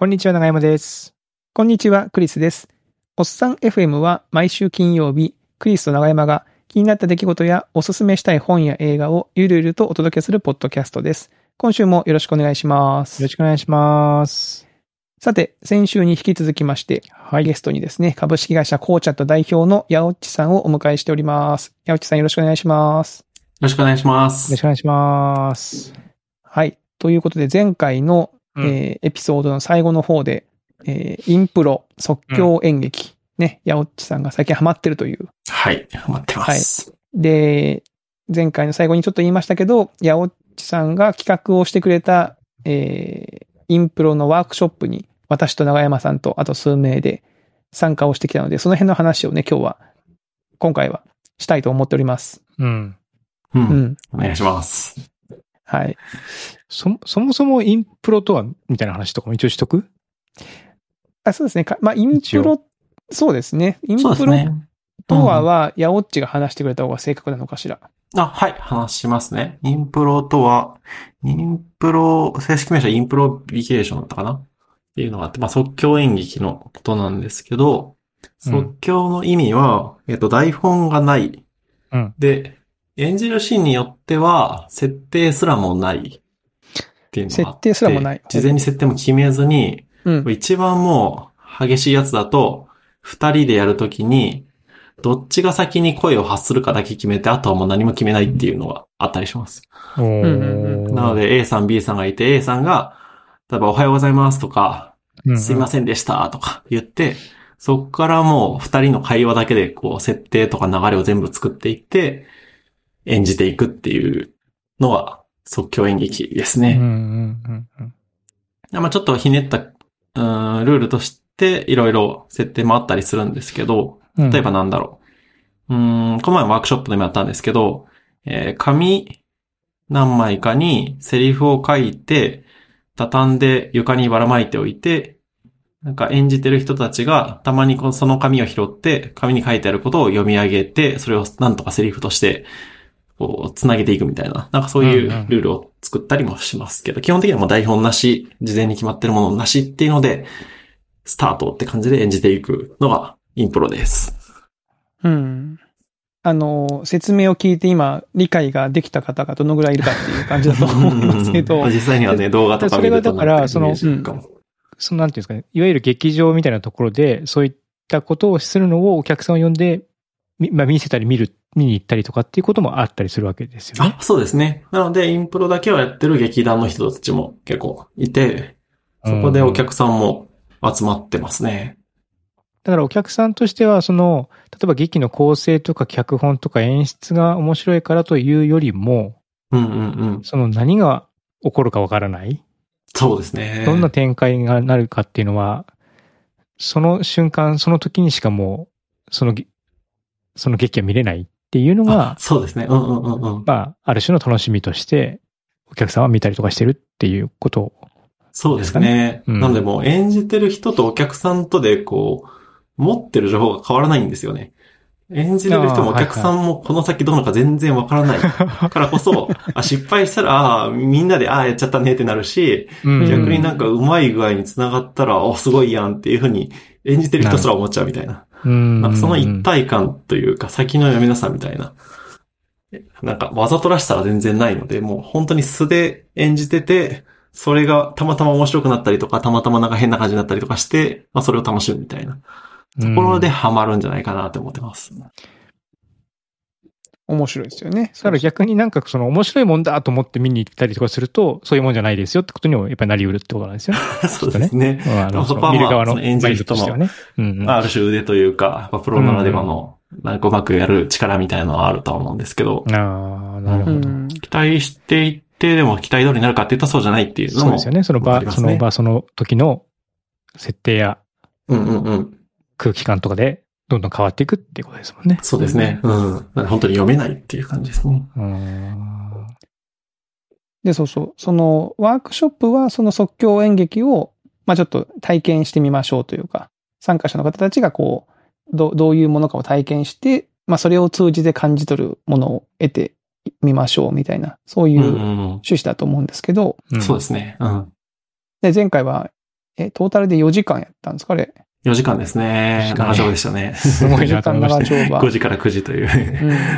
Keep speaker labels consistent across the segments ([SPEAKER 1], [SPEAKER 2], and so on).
[SPEAKER 1] こんにちは、長山です。
[SPEAKER 2] こんにちは、クリスです。おっさん FM は毎週金曜日、クリスと長山が気になった出来事やおすすめしたい本や映画をゆるゆるとお届けするポッドキャストです。今週もよろしくお願いします。
[SPEAKER 1] よろしくお願いします。
[SPEAKER 2] さて、先週に引き続きまして、ゲストにですね、株式会社コーチャット代表のヤオッチさんをお迎えしております。ヤオッチさんよろしくお願いします。
[SPEAKER 3] よろしくお願いします。
[SPEAKER 1] よろしくお願いします。
[SPEAKER 2] はい。ということで、前回の、エピソードの最後の方で、インプロ、即興演劇、ね、ヤオッチさんが最近ハマってるという。
[SPEAKER 3] はい、ハマってます。
[SPEAKER 2] はい。で、前回の最後にちょっと言いましたけど、ヤオッチさんが企画をしてくれた、インプロのワークショップに、私と長山さんとあと数名で参加をしてきたので、その辺の話をね、今回はしたいと思っております。
[SPEAKER 3] うん。お願いします。
[SPEAKER 2] はい。
[SPEAKER 1] そもそもインプロとは、みたいな話とかも一応しとく？
[SPEAKER 2] そうですね。インプロ、そうですね。インプロとは、ヤオッチが話してくれた方が正確なのかしら。
[SPEAKER 3] はい、話しますね。インプロとは、正式名称はインプロビケーションだったかなっていうのがあって、即興演劇のことなんですけど、即興の意味は、台本がない。で、演じるシーンによっては、設定すらもないっていうのがあって。
[SPEAKER 2] 設定すらもない。
[SPEAKER 3] 事前に設定も決めずに、一番もう激しいやつだと、二人でやるときに、どっちが先に声を発するかだけ決めて、あとはもう何も決めないっていうのがあったりします。なので A さん B さんがいて、A さんが、例えばおはようございますとか、すいませんでしたとか言って、そこからもう二人の会話だけでこう設定とか流れを全部作っていって、演じていくっていうのが即興演劇ですね。ちょっとひねったルールとしていろいろ設定もあったりするんですけど、例えばなんだろう。この前ワークショップでもやったんですけど、紙何枚かにセリフを書いて、畳んで床にばらまいておいて、なんか演じてる人たちがたまにその紙を拾って紙に書いてあることを読み上げて、それをなんとかセリフとしてこう繋げていくみたいな、なんかそういうルールを作ったりもしますけど、基本的にはもう台本なし、事前に決まってるものなしっていうので、スタートって感じで演じていくのがインプロです。
[SPEAKER 2] 説明を聞いて今、理解ができた方がどのぐらいいるかっていう感じだと思いますけど。
[SPEAKER 3] 実際にはね、動画とか見ると
[SPEAKER 1] それがだから、なんていうんですかね、いわゆる劇場みたいなところで、そういったことをするのをお客さんを呼んで、見せたり見に行ったりとかっていうこともあったりするわけですよね。
[SPEAKER 3] そうですね。なので、インプロだけをやってる劇団の人たちも結構いて、そこでお客さんも集まってますね。
[SPEAKER 1] だからお客さんとしては、例えば劇の構成とか脚本とか演出が面白いからというよりも、何が起こるかわからない。
[SPEAKER 3] そうですね。
[SPEAKER 1] どんな展開がなるかっていうのは、その瞬間、その時にしかもう、その劇が見れないっていうのが、
[SPEAKER 3] そうですね。
[SPEAKER 1] ある種の楽しみとして、お客さんは見たりとかしてるっていうことですかね。
[SPEAKER 3] そうですね。なのでもう演じてる人とお客さんとでこう、持ってる情報が変わらないんですよね。演じてる人もお客さんもこの先どうなのか全然わからないからこそ、失敗したら、みんなでやっちゃったねってなるし、逆になんかうまい具合に繋がったら、すごいやんっていう風に演じてる人すら思っちゃうみたいな。なんかその一体感というか、先の読みなさみたいな。なんかわざとらしさが全然ないので、もう本当に素で演じてて、それがたまたま面白くなったりとか、たまたまなんか変な感じになったりとかして、それを楽しむみたいなところでハマるんじゃないかなって思ってます。
[SPEAKER 2] 面白いですよね。
[SPEAKER 1] だから逆になんか面白いもんだと思って見に行ったりとかすると、そういうもんじゃないですよってことにもやっぱりなり得るってことなんですよね。
[SPEAKER 3] そうですね。
[SPEAKER 1] そこは見る側の演じる人の、
[SPEAKER 3] ある種腕というか、プロならではの、なんかうまくやる力みたいなのはあると思うんですけど。
[SPEAKER 1] なるほど。
[SPEAKER 3] 期待していって、でも期待通りになるかって言ったらそうじゃないっていうのも、
[SPEAKER 1] そうですよね。その時の設定や、空気感とかで、どんどん変わっていくっていうことですもんね。
[SPEAKER 3] そうですね。本当に読めないっていう感じですね。
[SPEAKER 2] で、そのワークショップはその即興演劇を、ちょっと体験してみましょうというか、参加者の方たちがこう、どういうものかを体験して、それを通じて感じ取るものを得てみましょうみたいな、そういう趣旨だと思うんですけど。
[SPEAKER 3] そうですね。
[SPEAKER 2] で、前回は、 トータルで4時間やったんですか、あれ。
[SPEAKER 3] 4時間ですね。長丁場でしたね。
[SPEAKER 1] すごいなと思いました。
[SPEAKER 2] 4時間長丁場。
[SPEAKER 3] 5時から9時という、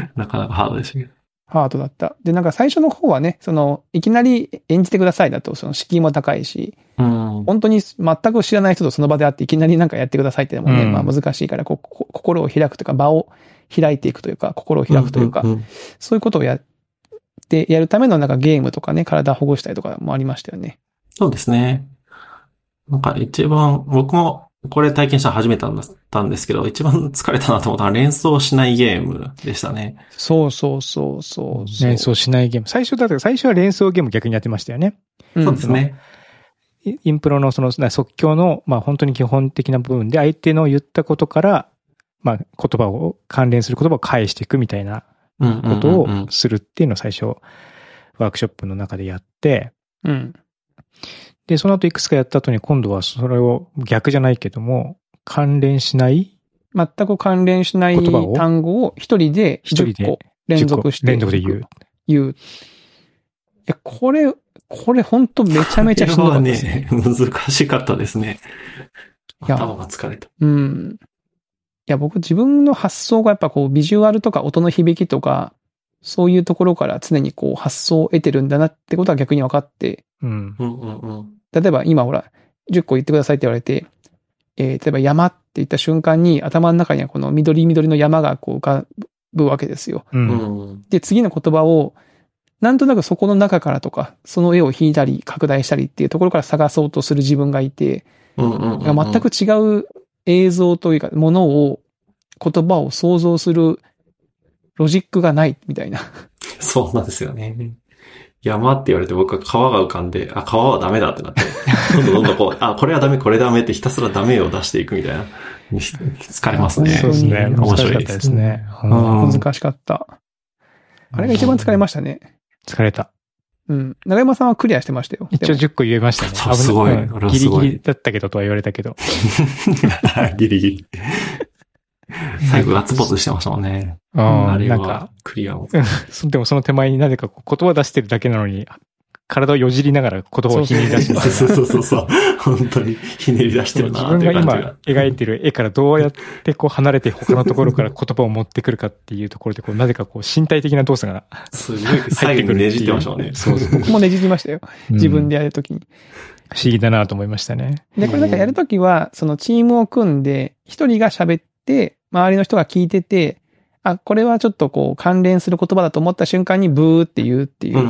[SPEAKER 3] なかなかハードでしたけど。
[SPEAKER 2] ハードだった。で、なんか最初の方はね、いきなり演じてくださいだと、敷居も高いし、本当に全く知らない人とその場で会っていきなりなんかやってくださいってのもね、まあ難しいから、心を開くというか、場を開いていくというか、心を開くというか、そういうことをやるためのなんかゲームとかね、体を保護したりとかもありましたよね。
[SPEAKER 3] そうですね。なんか一番、僕もこれ体験したの初めてだったんですけど、一番疲れたなと思ったのは連想しないゲームでしたね。
[SPEAKER 2] そう。
[SPEAKER 1] 連想しないゲーム。最初は連想ゲーム逆にやってましたよね。
[SPEAKER 3] そうですね。
[SPEAKER 1] インプロの即興の、まあ本当に基本的な部分で相手の言ったことから、まあ関連する言葉を返していくみたいなことをするっていうのを最初、ワークショップの中でやって、で、その後いくつかやった後に今度はそれを逆じゃないけども、関連しない
[SPEAKER 2] 全く関連しない単語を一人で10個連続して
[SPEAKER 1] 連続で言う。
[SPEAKER 2] いや、これ本当めちゃめちゃしんどかったですね。
[SPEAKER 3] 難しかったですね。頭が疲れた。
[SPEAKER 2] いや、僕自分の発想がやっぱビジュアルとか音の響きとか、そういうところから常に発想を得てるんだなってことは逆に分かって、例えば今ほら、10個言ってくださいって言われて、例えば山って言った瞬間に頭の中にはこの緑の山が浮かぶわけですよ。で、次の言葉を、なんとなくそこの中からとか、その絵を引いたり拡大したりっていうところから探そうとする自分がいて、全く違う映像というか、ものを、言葉を想像するロジックがないみたいな。
[SPEAKER 3] そうなんですよね。山って言われて僕は川が浮かんで、川はダメだってなって、どんどんこれはダメ、これダメってひたすらダメを出していくみたいな。疲れますね。
[SPEAKER 1] そうですね。面白いですね。
[SPEAKER 2] 難しかった。あれが一番疲れましたね。
[SPEAKER 1] 疲れた。
[SPEAKER 2] 長山さんはクリアしてましたよ。
[SPEAKER 1] 一応10個言えましたね。
[SPEAKER 3] すごい。
[SPEAKER 1] ギリギリだったけどとは言われたけど。
[SPEAKER 3] ギリギリ。最後ガッツポーズしてましたもんね。あれはクリアを。
[SPEAKER 1] でもその手前になぜか言葉出してるだけなのに、体をよじりながら言葉をひねり出してる。
[SPEAKER 3] そう。本当にひねり出してるな
[SPEAKER 1] 自分が今描いてる絵からどうやって離れて他のところから言葉を持ってくるかっていうところで、なぜか身体的な動作が
[SPEAKER 3] すごい最後にねじってましたもんね。
[SPEAKER 2] そう。僕もねじりましたよ。自分でやるときに。
[SPEAKER 1] 不思議だなと思いましたね。
[SPEAKER 2] で、これなんかやるときは、そのチームを組んで、一人が喋って、周りの人が聞いてて、これはちょっと関連する言葉だと思った瞬間にブーって言うっていう。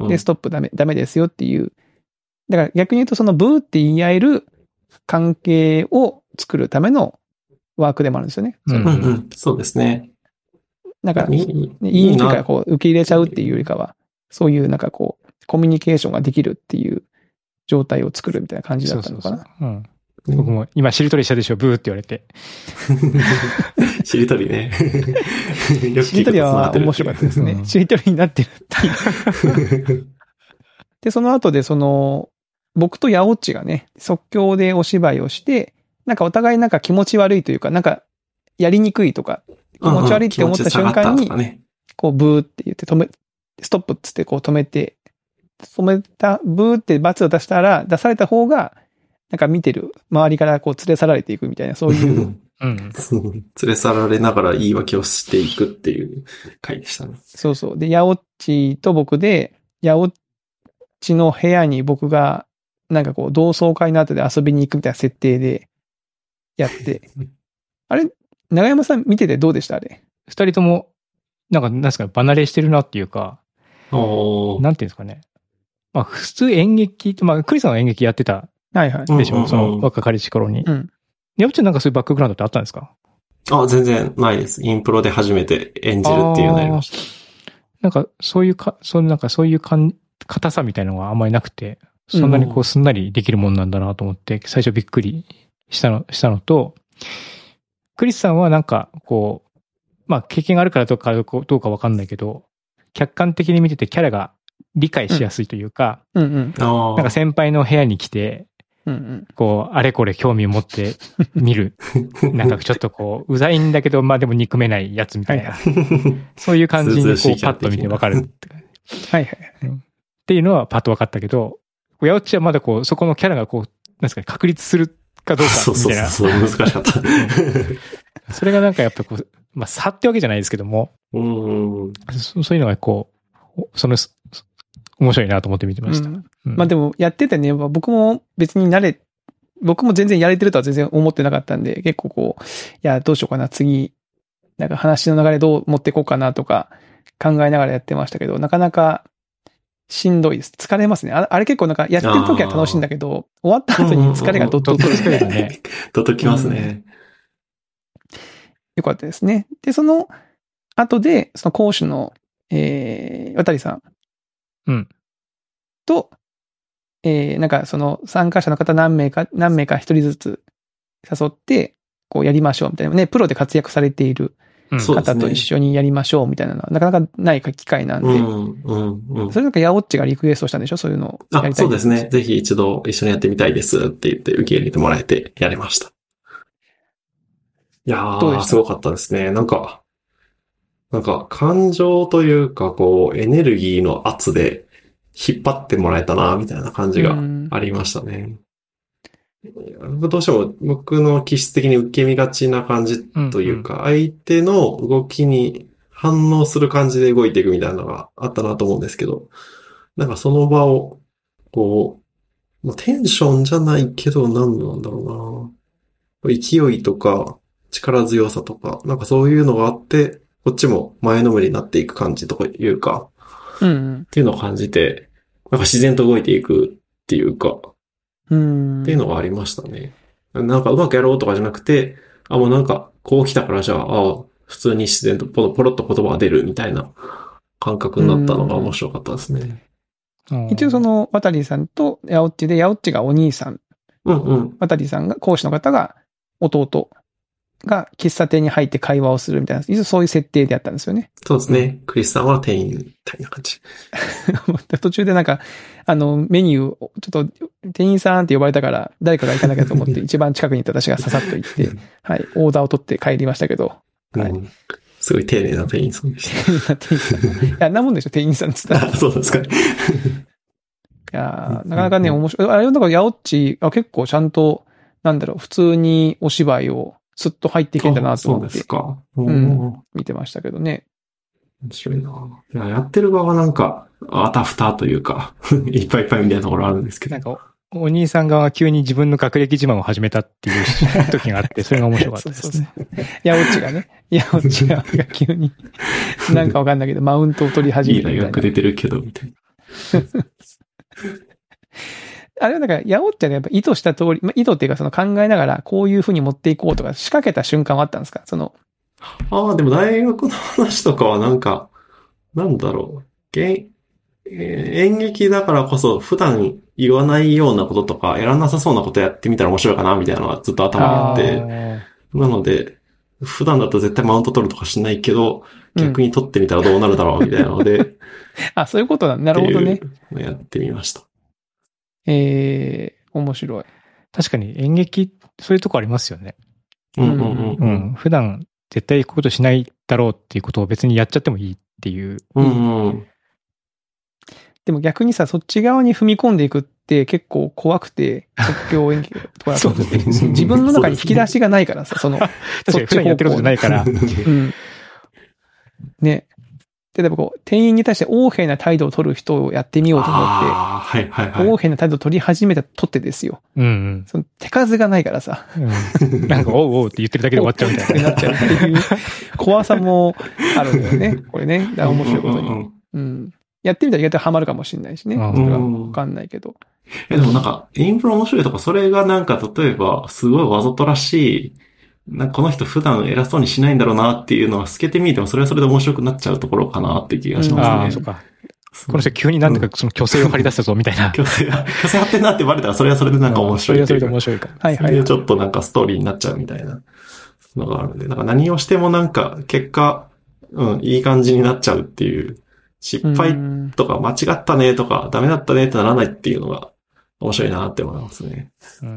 [SPEAKER 2] で、ストップダメですよっていう。だから逆に言うとそのブーって言い合える関係を作るためのワークでもあるんですよね。
[SPEAKER 3] そうですね。
[SPEAKER 2] なんか、いいから受け入れちゃうっていうよりかは、そういうなんかコミュニケーションができるっていう状態を作るみたいな感じだったのかな。
[SPEAKER 1] 僕も今しりとりしたでしょ、ブーって言われて。
[SPEAKER 3] しりとりね。
[SPEAKER 2] しりとりは面白かったですね。しりとりになってるっていう。で、その後で僕とヤオッチがね、即興でお芝居をして、なんかお互いなんか気持ち悪いというか、なんかやりにくいとか、気持ち悪いって思った瞬間に、ブーって言ってストップっつって止めて、ブーって罰を出された方が、なんか見てる周りから連れ去られていくみたいな、そういう。
[SPEAKER 3] 連れ去られながら言い訳をしていくっていう回でしたね。
[SPEAKER 2] そう。で、ヤオッチと僕で、ヤオッチの部屋に僕が、なんか同窓会の後で遊びに行くみたいな設定でやって。あれ、長山さん見ててどうでしたあれ。
[SPEAKER 1] 二人とも、なんですか、離れしてるなっていうか、なんていうんですかね。普通演劇、クリスさんは演劇やってた。でしょ、その若かりし頃に。ヤオッチなんかそういうバックグラウンドってあったんですか？
[SPEAKER 3] 全然ないです。インプロで初めて演じるっていうのをやりました。
[SPEAKER 1] なんかそういう硬さみたいなのがあんまりなくて、そんなにすんなりできるもんなんだなと思って、最初びっくりしたのと、クリスさんはなんか経験があるからどうかわかんないけど、客観的に見ててキャラが理解しやすいというか、なんか先輩の部屋に来て、あれこれ興味を持って見る。なんかちょっとうざいんだけど、でも憎めないやつみたいな。そういう感じにパッと見てわかる。っていうのはパッとわかったけど、ヤオッチはまだそこのキャラがですかね、確立するかどうかみたいな。
[SPEAKER 3] そう、難しかった。
[SPEAKER 1] それがなんかやっぱこう、まあ、差ってわけじゃないですけども、そういうのがこう、面白いなと思って見てました。
[SPEAKER 2] まあでも、やっててね、僕も別に僕も全然やれてるとは全然思ってなかったんで、結構こう、いや、どうしようかな、次、なんか話の流れどう持っていこうかなとか考えながらやってましたけど、なかなかしんどいです。疲れますね。あれ結構なんかやってる時は楽しいんだけど、終わった後に疲れがどっと疲れるね。
[SPEAKER 3] どっときますね。
[SPEAKER 2] よかったですね。で、その後で、その講師の、渡さん。と、なんかその参加者の方何名か一人ずつ誘って、こうやりましょうみたいなね、プロで活躍されている方と一緒にやりましょうみたいなのは、なかなかない機会なんで。それなんかヤオッチがリクエストしたんでしょ、そういうのをやりたい。
[SPEAKER 3] そうですね。ぜひ一度一緒にやってみたいですって言って受け入れてもらえてやりました。いやー、すごかったですね。なんか感情というか、こう、エネルギーの圧で引っ張ってもらえたな、みたいな感じがありましたね。どうしても僕の気質的に受け身がちな感じというか、相手の動きに反応する感じで動いていくみたいなのがあったなと思うんですけど、なんかその場を、こう、テンションじゃないけど何なんだろうな。勢いとか力強さとか、なんかそういうのがあって、こっちも前のめりになっていく感じとかいうか、っていうのを感じて、なんか自然と動いていくっていうか、っていうのがありましたね。なんかうまくやろうとかじゃなくて、もうなんかこう来たからじゃあ、普通に自然とポロッと言葉が出るみたいな感覚になったのが面白かったですね。
[SPEAKER 2] 一応その、渡さんとヤオッチで、ヤオッチがお兄さん。渡さんが、講師の方が弟が喫茶店に入って会話をするみたいな、一応そういう設定でやったんですよね。
[SPEAKER 3] そうですね。クリスさんは店員みたいな感じ。
[SPEAKER 2] 途中でなんか、メニュー、ちょっと店員さんって呼ばれたから、誰かが行かなきゃと思って、一番近くにいた私がささっと行って、はい、オーダーを取って帰りましたけど。はい。
[SPEAKER 3] すごい丁寧な店員さんでした。
[SPEAKER 2] 丁寧な店員さん。いや、なもんでしょ、店員さんって言ったら。
[SPEAKER 3] そうですかね。
[SPEAKER 2] いやなかなかね、面白い。あれ、だから、ヤオッチ、結構ちゃんと、なんだろう、普通にお芝居をスッと入っていけんだなと思って。
[SPEAKER 3] そうですか。
[SPEAKER 2] 見てましたけどね。
[SPEAKER 3] 面白いな。やってる側はなんか、あたふたというか、いっぱいいっぱいみたいなところあるんですけど。
[SPEAKER 1] なんか、お兄さん側が急に自分の学歴自慢を始めたっていう時があって、それが面白かったですね。
[SPEAKER 2] ヤオッチがね、ヤオッチが急に、なんかわかんないけど、マウントを取り始めたみたいな。
[SPEAKER 3] いい大学出てるけど、みたいな。
[SPEAKER 2] あれはだから、ヤオッチはやっぱ意図した通り、意図っていうかその考えながらこういう風に持っていこうとか仕掛けた瞬間はあったんですか？で
[SPEAKER 3] も大学の話とかはなんか、なんだろう。演劇だからこそ普段言わないようなこととか、やらなさそうなことやってみたら面白いかなみたいなのがずっと頭にあって、なので、普段だと絶対マウント取るとかしないけど、逆に取ってみたらどうなるだろうみたいなので。
[SPEAKER 2] そういうことだ。なるほどね。
[SPEAKER 3] やってみました。
[SPEAKER 2] 面白い。
[SPEAKER 1] 確かに演劇、そういうとこありますよね。普段絶対行くことしないだろうっていうことを別にやっちゃってもいいっていう。
[SPEAKER 2] でも逆にさ、そっち側に踏み込んでいくって結構怖くて、即興演劇とかだと自分の中に引き出しがないからさ、
[SPEAKER 1] 確かに普段やってることじゃないから。
[SPEAKER 2] ね。例えばこう、店員に対して横柄な態度を取る人をやってみようと思って、横柄な態度を取り始めたとってですよ。その手数がないからさ。
[SPEAKER 1] なんか、おうって言ってるだけで終わっちゃうみたいな。
[SPEAKER 2] なっちゃうっていう怖さもあるんだよね。これね。面白いことに。やってみたら意外とハマるかもしれないしね。それはわかんないけど。
[SPEAKER 3] でもなんか、インプロ面白いとか、それがなんか例えば、すごいわざとらしい、なんかこの人普段偉そうにしないんだろうなっていうのは透けてみてもそれはそれで面白くなっちゃうところかなって気がしますね。
[SPEAKER 1] そうか。この人急になんだかその虚勢を張り出したぞみたいな。
[SPEAKER 3] 虚勢張ってんなってバレたらそれはそれでなんか面白い。
[SPEAKER 1] それで面白いか。
[SPEAKER 3] それでちょっとなんかストーリーになっちゃうみたいなのがあるんで、なんか何をしてもなんか結果、いい感じになっちゃうっていう、失敗とか間違ったねとかダメだったねってならないっていうのが面白いなって思いますね。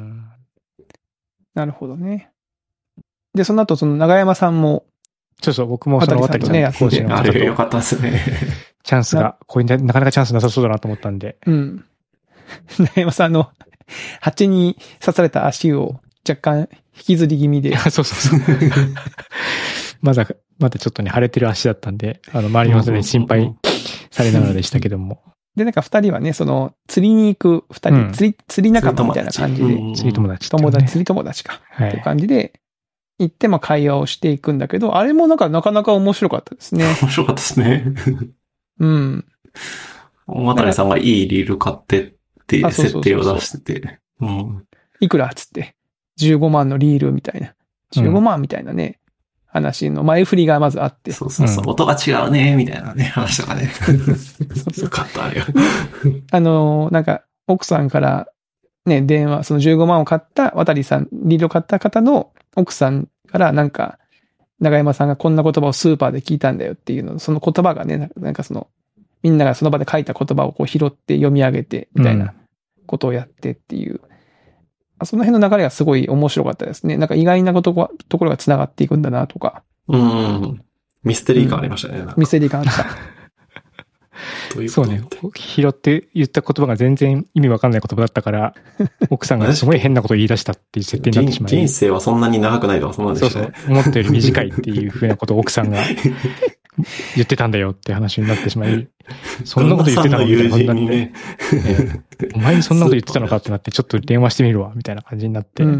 [SPEAKER 2] なるほどね。で、その後、その長山さんも。
[SPEAKER 1] そう、僕もその渡さんの講師の方と。
[SPEAKER 3] よかったですね。
[SPEAKER 1] チャンスが、これなかなかチャンスなさそうだなと思ったんで。
[SPEAKER 2] 長山さん蜂に刺された足を若干引きずり気味で。
[SPEAKER 1] そうそうそう。まだちょっとね、腫れてる足だったんで、周りの人に心配されながらでしたけども。
[SPEAKER 2] で、なんか二人はね、釣りに行く二人、釣り仲間みたいな感じで。
[SPEAKER 1] 釣り友達。
[SPEAKER 2] 釣り友達か。はい。っていう感じで、行っても会話をしていくんだけど、あれもなかなか面白かったですね。
[SPEAKER 3] 面白かったですね。
[SPEAKER 2] うん。
[SPEAKER 3] 大渡さんがいいリール買ってっていう設定を出してて。
[SPEAKER 2] いくらっつって。15万のリールみたいな。15万みたいなね。話の前振りがまずあって。
[SPEAKER 3] そうそうそう。音が違うね、みたいなね、話とかね。よかった、あれ
[SPEAKER 2] は。なんか、奥さんからね、電話、その15万を買った、渡さん、リールを買った方の奥さんからなんか、長山さんがこんな言葉をスーパーで聞いたんだよっていうの、その言葉がね、なんかみんながその場で書いた言葉をこう拾って読み上げて、みたいなことをやってっていう。その辺の流れがすごい面白かったですね。なんか意外なところが繋がっていくんだなとか。
[SPEAKER 3] ミステリー感ありましたね。
[SPEAKER 2] ミステリー感あった。
[SPEAKER 3] どういう
[SPEAKER 1] ことそうね。拾って言った言葉が全然意味わかんない言葉だったから、奥さんがすごい変なことを言い出したっていう設定になってしまい。
[SPEAKER 3] 人生はそんなに長くないとはそんなんでしょうね。
[SPEAKER 1] そう。思ったより短いっていうふうなことを奥さんが言ってたんだよって話になってしまい、そんなこと言ってたのみたいな感じになって、ねお前にそんなこと言ってたのかってなって、ちょっと電話してみるわ、みたいな感じになって。い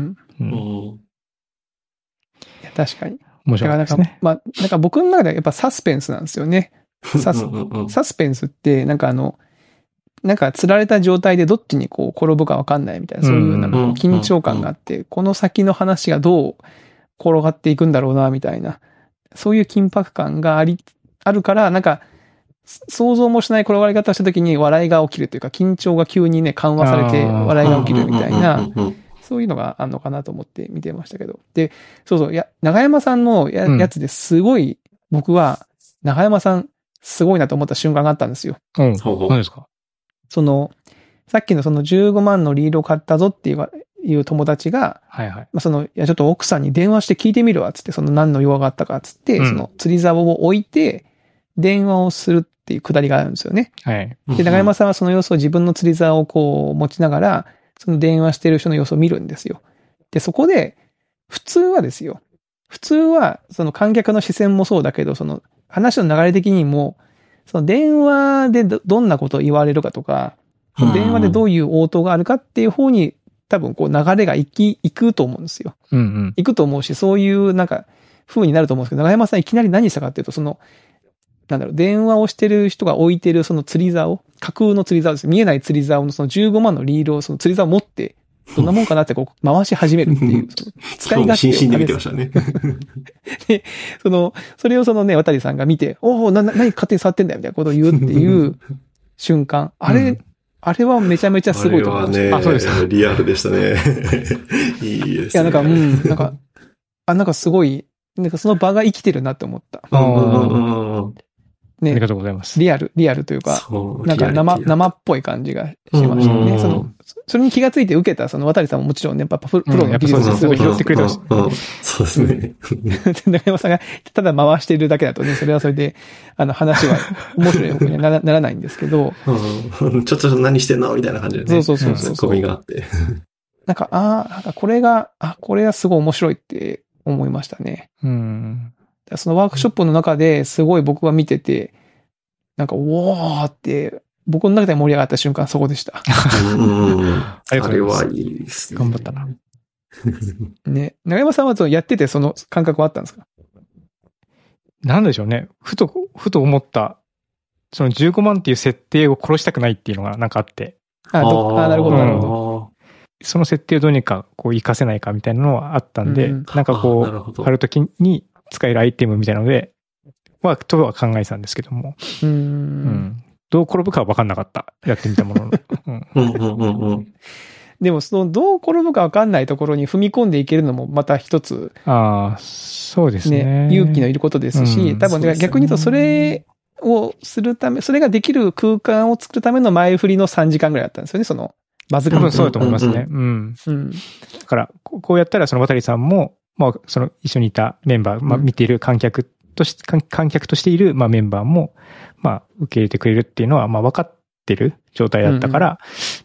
[SPEAKER 2] や確かに。
[SPEAKER 1] 面白いですね。
[SPEAKER 2] なんか僕の中ではやっぱサスペンスなんですよね。サスペンスって、なんかなんか釣られた状態でどっちにこう転ぶかわかんないみたいな、そういうなんか緊張感があって、この先の話がどう転がっていくんだろうな、みたいな。そういう緊迫感があるから、なんか、想像もしない転がり方をした時に笑いが起きるというか、緊張が急にね、緩和されて笑いが起きるみたいな、そういうのがあるのかなと思って見てましたけど。で、そう、長山さんのやつですごい、僕は、長山さん、すごいなと思った瞬間があったんですよ。
[SPEAKER 1] 何ですか？
[SPEAKER 2] さっきのその15万のリードを買ったぞっていう友達が、
[SPEAKER 1] はいはい。
[SPEAKER 2] ちょっと奥さんに電話して聞いてみるわ、つって、何の用があったか、つって、その釣り竿を置いて、電話をするっていうくだりがあるんですよね。
[SPEAKER 1] はい。
[SPEAKER 2] で、長山さんはその様子を自分の釣り竿をこう持ちながら、その電話してる人の様子を見るんですよ。で、そこで、普通は、その観客の視線もそうだけど、その話の流れ的にも、その電話でどんなことを言われるかとか、電話でどういう応答があるかっていう方に多分こう流れが行くと思うんですよ。行くと思うし、そういうなんか風になると思うんですけど、長山さんいきなり何したかっていうと、電話をしてる人が置いてるその釣り竿、架空の釣り竿です。見えない釣り竿のその15万のリールをその釣り竿を持って、どんなもんかなってこう回し始めるっていう、使い勝手を。
[SPEAKER 3] 心身で見てましたね。
[SPEAKER 2] で、それを渡さんが見て、何勝手に触ってんだよみたいなことを言うっていう瞬間。あれはめちゃめちゃすごいと思いました。
[SPEAKER 3] そうですか。リアルでしたね。いいですね。
[SPEAKER 2] いや、なんかすごい、なんかその場が生きてるなって思った。
[SPEAKER 1] ね。ありがとうございます。
[SPEAKER 2] リアルというか、なんか生っぽい感じがしましたね。それに気がついて受けた、渡さんももちろんね、やっぱプロの技術ですごい拾ってくれてました。
[SPEAKER 3] そうですね。
[SPEAKER 2] 中山さんがただ回してるだけだとね、それはそれで、話は面白い方にはならないんですけど。
[SPEAKER 3] ちょっと何してんのみたいな感じでね。
[SPEAKER 2] そう。
[SPEAKER 3] ツッコミがあって。
[SPEAKER 2] なんかこれがすごい面白いって思いましたね。そのワークショップの中ですごい僕は見てて、なんか、おーって、僕の中で盛り上がった瞬間そこでした。
[SPEAKER 3] あれはいいですね。
[SPEAKER 1] 頑張ったな。
[SPEAKER 2] ね。長山さんはやっててその感覚はあったんですか？
[SPEAKER 1] なんでしょうね。ふと思った、その15万っていう設定を殺したくないっていうのがなんかあって。
[SPEAKER 2] なるほど。
[SPEAKER 1] その設定をどうにかこう活かせないかみたいなのはあったんで、なんかこう、ある時に使えるアイテムみたいなので、とは考えてたんですけども。どう転ぶかは分かんなかった。やってみたものの。
[SPEAKER 2] でも、どう転ぶか分かんないところに踏み込んでいけるのもまた一つ。
[SPEAKER 1] そうですね。
[SPEAKER 2] 勇気のいることですし、多分逆に言うとそれをするため、それができる空間を作るための前振りの3時間ぐらいだったんですよね、バズる。
[SPEAKER 1] 多分そうだと思いますね。だから、こうやったら渡さんも、一緒にいたメンバー、見ている観客としている、メンバーも、受け入れてくれるっていうのは、分かってる状態だったから、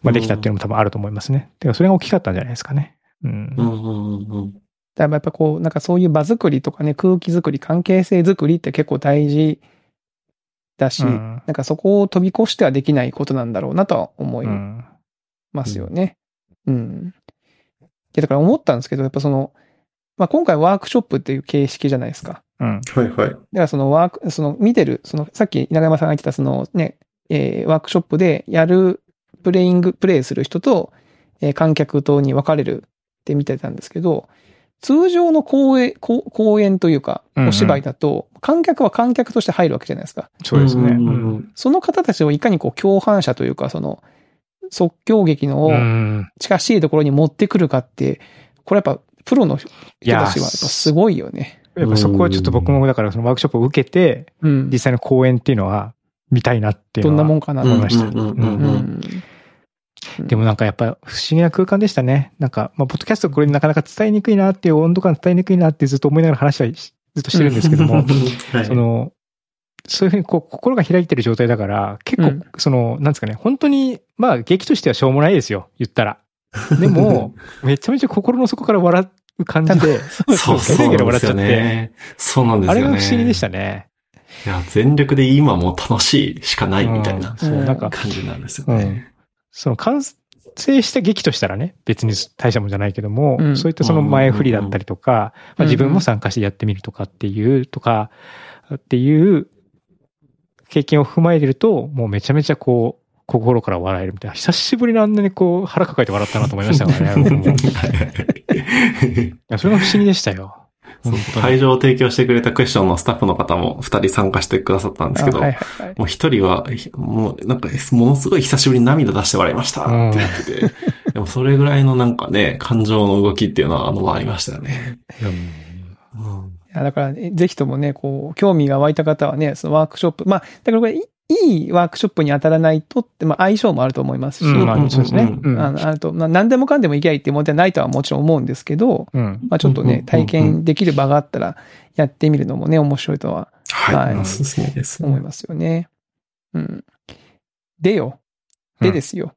[SPEAKER 1] まあできたっていうのも多分あると思いますね。てかそれが大きかったんじゃないですかね。
[SPEAKER 2] だからやっぱこう、なんかそういう場作りとかね、空気作り、関係性作りって結構大事だし、なんかそこを飛び越してはできないことなんだろうなとは思いますよね。だから思ったんですけど、やっぱまあ、今回ワークショップっていう形式じゃないですか。
[SPEAKER 3] はいはい。
[SPEAKER 2] だから見てる、さっき稲山さんが言ってたワークショップでやる、プレイする人と、観客とに分かれるって見てたんですけど、通常の公演というか、お芝居だと、観客は観客として入るわけじゃないですか。
[SPEAKER 1] そうですね。
[SPEAKER 2] その方たちをいかに共犯者というか、即興劇の近しいところに持ってくるかって、これやっぱ、プロの人たちはやっぱすごいよね。
[SPEAKER 1] やっぱそこはちょっと僕もだからそのワークショップを受けて、実際の公演っていうのは見たいなっていうのは。
[SPEAKER 2] どんなもんかなと思いました。
[SPEAKER 1] でもなんかやっぱ不思議な空間でしたね。なんか、まあ、ポッドキャストこれなかなか伝えにくいなっていう温度感伝えにくいなってずっと思いながら話はずっとしてるんですけども、そういうふうに心が開いてる状態だから、結構、なんですかね、本当に、まあ劇としてはしょうもないですよ、言ったら。でも、めちゃめちゃ心の底から笑う感じで、
[SPEAKER 3] そうなんですよね。そうなんですよね。
[SPEAKER 1] あれが不思議でしたね。
[SPEAKER 3] いや、全力で今も楽しいしかないみたいな感じなんですよね。
[SPEAKER 1] 完成した劇としたらね、別に大したもんじゃないけども、そういったその前振りだったりとか、まあ自分も参加してやってみるとかっていう経験を踏まえてると、もうめちゃめちゃ心から笑えるみたいな。久しぶりにあんなに腹抱えて笑ったなと思いましたからね。それが不思議でしたよ。
[SPEAKER 3] 会場を提供してくれたクエスチョンのスタッフの方も2人参加してくださったんですけど、もう1人は、もうなんか、ものすごい久しぶりに涙出して笑いましたって言ってて、でもそれぐらいのなんかね、感情の動きっていうのはありましたよね。
[SPEAKER 2] いやだから、ぜひともね、興味が湧いた方はね、そのワークショップ、まあ、だからこれ、いいワークショップに当たらないとって、まあ相性もあると思いますし、そうですね。あと、まあ何でもかんでもいけばいいってものではないとはもちろん思うんですけど、まあちょっとね、体験できる場があったらやってみるのもね、面白いとは、思いますよね。でですよ。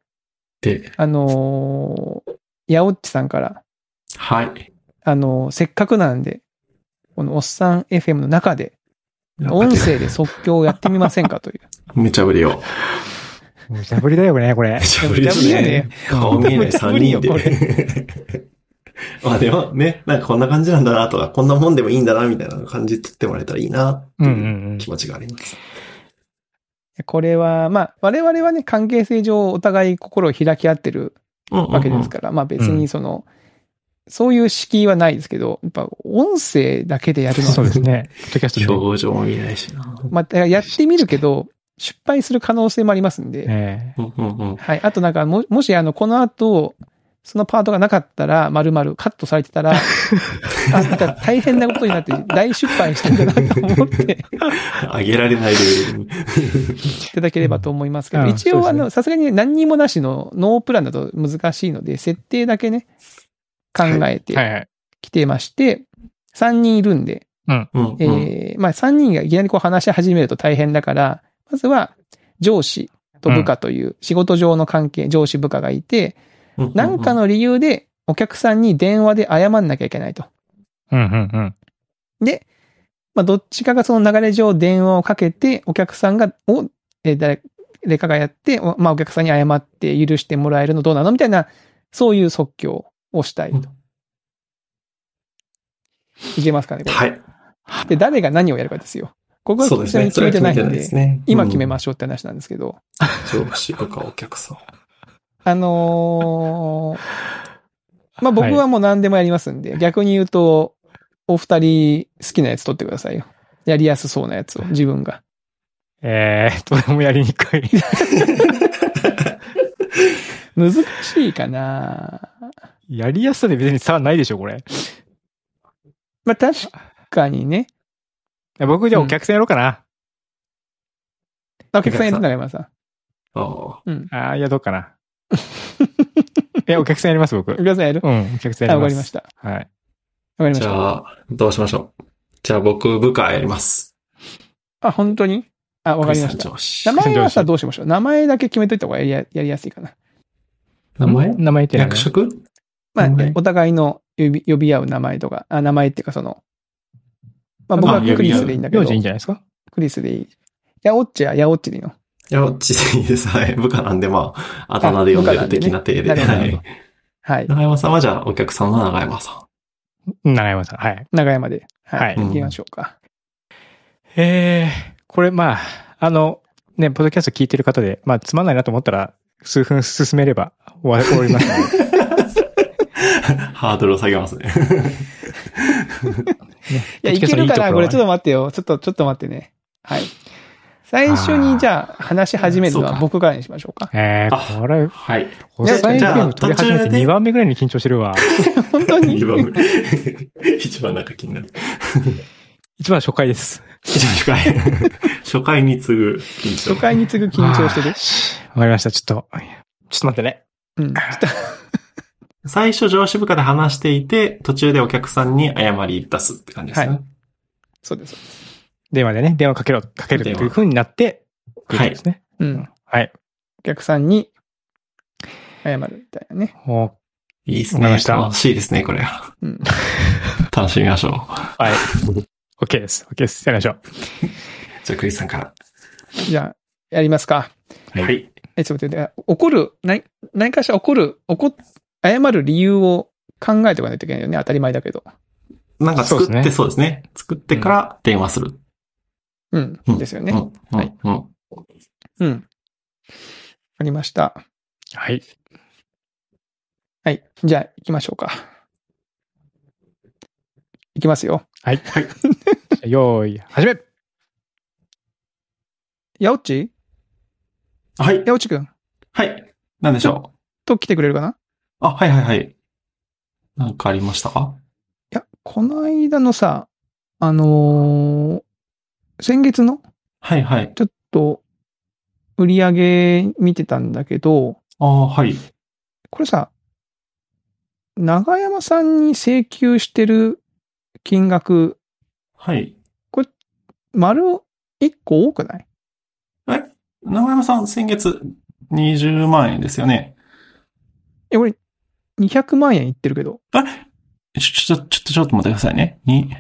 [SPEAKER 2] やおっちさんから、
[SPEAKER 3] はい。
[SPEAKER 2] せっかくなんで、このおっさん FM の中で、音声で即興をやってみませんかという。
[SPEAKER 3] 無茶ぶりを。
[SPEAKER 1] 無茶ぶりだよね、これ。
[SPEAKER 3] 無茶ぶりですね。顔見えない3人で。まあでもね、なんかこんな感じなんだなとか、こんなもんでもいいんだなみたいな感じで撮ってもらえたらいいなっていう気持ちがあります。
[SPEAKER 2] これは、まあ我々はね、関係性上お互い心を開き合ってるわけですから、まあ別にそういう敷居はないですけど、やっぱ音声だけでやるのは。
[SPEAKER 1] そうですね。
[SPEAKER 3] 表情も見ないしな。
[SPEAKER 2] まあ、やってみるけど、失敗する可能性もありますんで。はい。あとなんか、もしこの後、そのパートがなかったら、丸々カットされてたら、なんか大変なことになって大失敗してんだなと思って。
[SPEAKER 3] あげられないレベルに。
[SPEAKER 2] いただければと思いますけど、一応さすがに何にもなしのノープランだと難しいので、設定だけね、考えてきてまして、3人いるんで、まあ3人がいきなり話し始めると大変だから、まずは上司と部下という仕事上の関係、上司部下がいて、何かの理由でお客さんに電話で謝んなきゃいけないと。で、まあどっちかがその流れ上電話をかけて、お客さんが、誰かがやって、まあお客さんに謝って許してもらえるのどうなのみたいな、そういう即興をしたいと。いけますかねこれ。
[SPEAKER 3] はい。
[SPEAKER 2] で、誰が何をやるかですよ。ここは決めてないんで、今決めましょうって話なんですけど。
[SPEAKER 3] 上司とかお客さん。
[SPEAKER 2] まあ僕はもう何でもやりますんで、逆に言うと、お二人好きなやつ取ってくださいよ。やりやすそうなやつを、自分が。
[SPEAKER 1] とてもやりにくい。
[SPEAKER 2] 難しいかな。
[SPEAKER 1] やりやすさで別に差はないでしょ、これ。
[SPEAKER 2] まあ確かにね。
[SPEAKER 1] 僕じゃあお客さんやろうかな。
[SPEAKER 2] お客さんやるなら山さん。
[SPEAKER 1] いや、どうかな。いや、お客さんやります、僕。
[SPEAKER 2] お客さんやる？
[SPEAKER 1] お客さんやります。
[SPEAKER 2] わかりました。
[SPEAKER 1] はい。
[SPEAKER 2] わかりました。
[SPEAKER 3] じゃあ、どうしましょう。じゃあ僕、部下やります。
[SPEAKER 2] 本当に？わかりました。名前はさ、どうしましょう。名前だけ決めといた方がやりやすいかな。
[SPEAKER 3] 名前
[SPEAKER 1] って
[SPEAKER 3] 役職
[SPEAKER 2] まあ、お互いの呼び合う名前とか、名前っていうかまあ僕はクリスでいいんだけど。
[SPEAKER 1] 名字いいんじゃないですか？
[SPEAKER 2] クリスでいい。ヤオッチはヤオッチでいいの？
[SPEAKER 3] ヤオッチでいいです。はい。部下なんでまあ、あだ名で呼んでる的な体で。はい。
[SPEAKER 2] はい。
[SPEAKER 3] 長山さんはじゃあお客さんの長山さ
[SPEAKER 1] ん。長山さん。はい。
[SPEAKER 2] 長山で。はい。行きましょうか。
[SPEAKER 1] これまあ、ね、ポッドキャスト聞いてる方で、まあ、つまんないなと思ったら、数分進めれば終わりますね。
[SPEAKER 3] ハードルを下げますね。
[SPEAKER 2] いや、いけるかなこれちょっと待ってよ。ちょっと待ってね。はい。最初にじゃあ話し始めるのは僕からにしましょうか。
[SPEAKER 1] これ、
[SPEAKER 3] はい。
[SPEAKER 1] じゃあ、取り始めて2番目ぐらいに緊張してるわ。
[SPEAKER 2] 本当に
[SPEAKER 3] ?2 番目。一番なんか気になる。
[SPEAKER 1] 一番初回です。
[SPEAKER 3] 初回。初回に次ぐ緊張。
[SPEAKER 2] 初回に次ぐ緊張してる。
[SPEAKER 1] わかりました。ちょっと待ってね。
[SPEAKER 2] うん。
[SPEAKER 3] 最初上司部下で話していて、途中でお客さんに謝り出すって感じですね。はい。
[SPEAKER 2] そうです。
[SPEAKER 1] 電話でね、電話かけるという風になって、
[SPEAKER 3] はい。ですね。
[SPEAKER 2] うん。
[SPEAKER 1] はい。
[SPEAKER 2] お客さんに謝るみたいなね。
[SPEAKER 3] いいですね。楽しいですね、これ。
[SPEAKER 2] うん。
[SPEAKER 3] 楽しみましょう。
[SPEAKER 1] はい。OK です。OK です。やりましょう。
[SPEAKER 3] じゃあ、クリスさんから。
[SPEAKER 2] じゃあ、やりますか。
[SPEAKER 3] はい。
[SPEAKER 2] ちょっと待って、何かしら謝る理由を考えておかないといけないよね。当たり前だけど。
[SPEAKER 3] なんか作ってそうですね。作ってから電話する。
[SPEAKER 2] うん。ですよね。
[SPEAKER 3] はい。
[SPEAKER 2] うん。わかりました。
[SPEAKER 1] はい。
[SPEAKER 2] はい。じゃあ、行きましょうか。行きますよ。
[SPEAKER 1] はい。はい。よーい、始め！
[SPEAKER 2] ヤオッチ？
[SPEAKER 3] はい。
[SPEAKER 2] ヤオッチくん。
[SPEAKER 3] はい。何でしょう？
[SPEAKER 2] と来てくれるかな？
[SPEAKER 3] はいはいはい。なんかありましたか？
[SPEAKER 2] いや、この間のさ、先月の
[SPEAKER 3] はいはい。
[SPEAKER 2] ちょっと、売り上げ見てたんだけど、
[SPEAKER 3] はい。
[SPEAKER 2] これさ、長山さんに請求してる金額。
[SPEAKER 3] はい。
[SPEAKER 2] これ、丸1個多くない？
[SPEAKER 3] 長山さん、先月20万円ですよね。
[SPEAKER 2] これ、200万円いってるけど。
[SPEAKER 3] ちょっと待ってくださいね。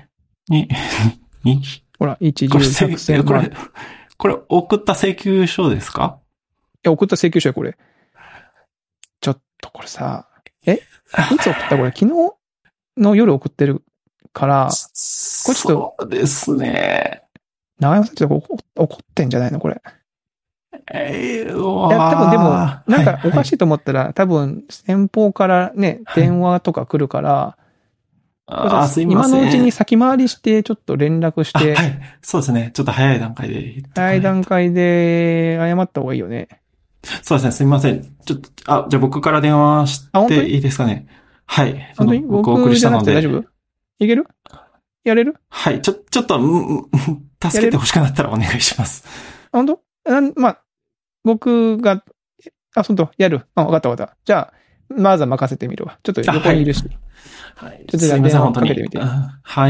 [SPEAKER 2] ほら、1、10、100、1000万。
[SPEAKER 3] これ、送った請求書ですか？
[SPEAKER 2] いや、送った請求書や、これ。ちょっと、これさ、いつ送ったこれ、昨日の夜送ってるから、これちょっと。
[SPEAKER 3] そうですね。
[SPEAKER 2] 長山さんちょっと怒ってんじゃないのこれ。いや、多分でも、なんかおかしいと思ったら、多分先方からね、電話とか来るから、
[SPEAKER 3] すいません。
[SPEAKER 2] 今のうちに先回りして、ちょっと連絡して。
[SPEAKER 3] はい。そうですね。ちょっと早い段階で。
[SPEAKER 2] 早い段階で謝った方がいいよね。
[SPEAKER 3] そうですね。すいません。ちょっと、じゃあ僕から電話していいですかね。はい。
[SPEAKER 2] 本当に
[SPEAKER 3] 僕お送りしたので。
[SPEAKER 2] 大丈夫？いける？やれる？
[SPEAKER 3] はい。ちょっと、助けて欲しくなったらお願いします。
[SPEAKER 2] 本当？まあ、僕が、本当やる。わかった。じゃあ、まずは任せてみるわ。ちょっと横にいるし。
[SPEAKER 3] はい。
[SPEAKER 2] ちょっと電話かけてみて。
[SPEAKER 3] はい。